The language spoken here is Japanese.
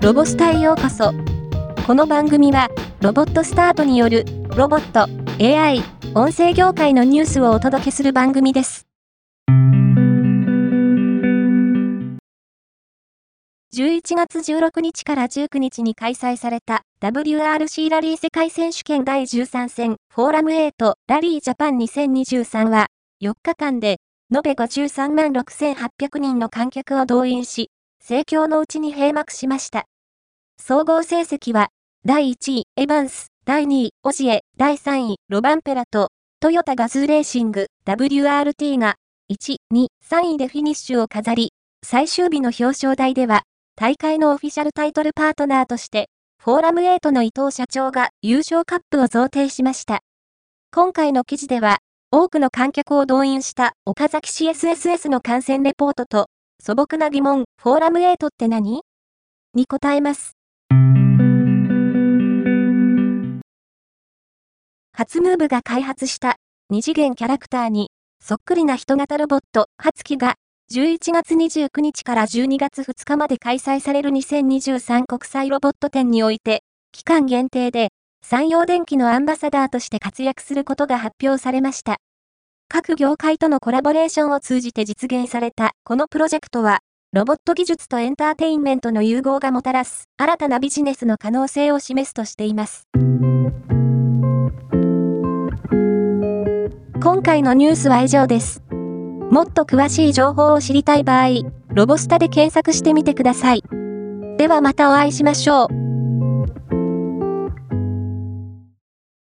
ロボスタへようこそ。この番組は、ロボットスタートによる、ロボット、AI、音声業界のニュースをお届けする番組です。11月16日から19日に開催された WRC ラリー世界選手権第13戦フォーラム8ラリージャパン2023は4日間で延べ53万6800人の観客を動員し、盛況のうちに閉幕しました。総合成績は第1位エバンス、第2位オジエ、第3位ロバンペラとトヨタガズーレーシング WRT が1、2、3位でフィニッシュを飾り、最終日の表彰台では大会のオフィシャルタイトルパートナーとして、フォーラム8の伊藤社長が優勝カップを贈呈しました。今回の記事では、多くの観客を動員した岡崎市 SSS の観戦レポートと、素朴な疑問、フォーラム8って何？に答えます。初ムーブが開発した二次元キャラクターに、そっくりな人型ロボット、初期が、11月29日から12月2日まで開催される2023国際ロボット展において、期間限定で、三洋電機のアンバサダーとして活躍することが発表されました。各業界とのコラボレーションを通じて実現されたこのプロジェクトは、ロボット技術とエンターテインメントの融合がもたらす新たなビジネスの可能性を示すとしています。今回のニュースは以上です。もっと詳しい情報を知りたい場合、ロボスタで検索してみてください。ではまたお会いしましょう。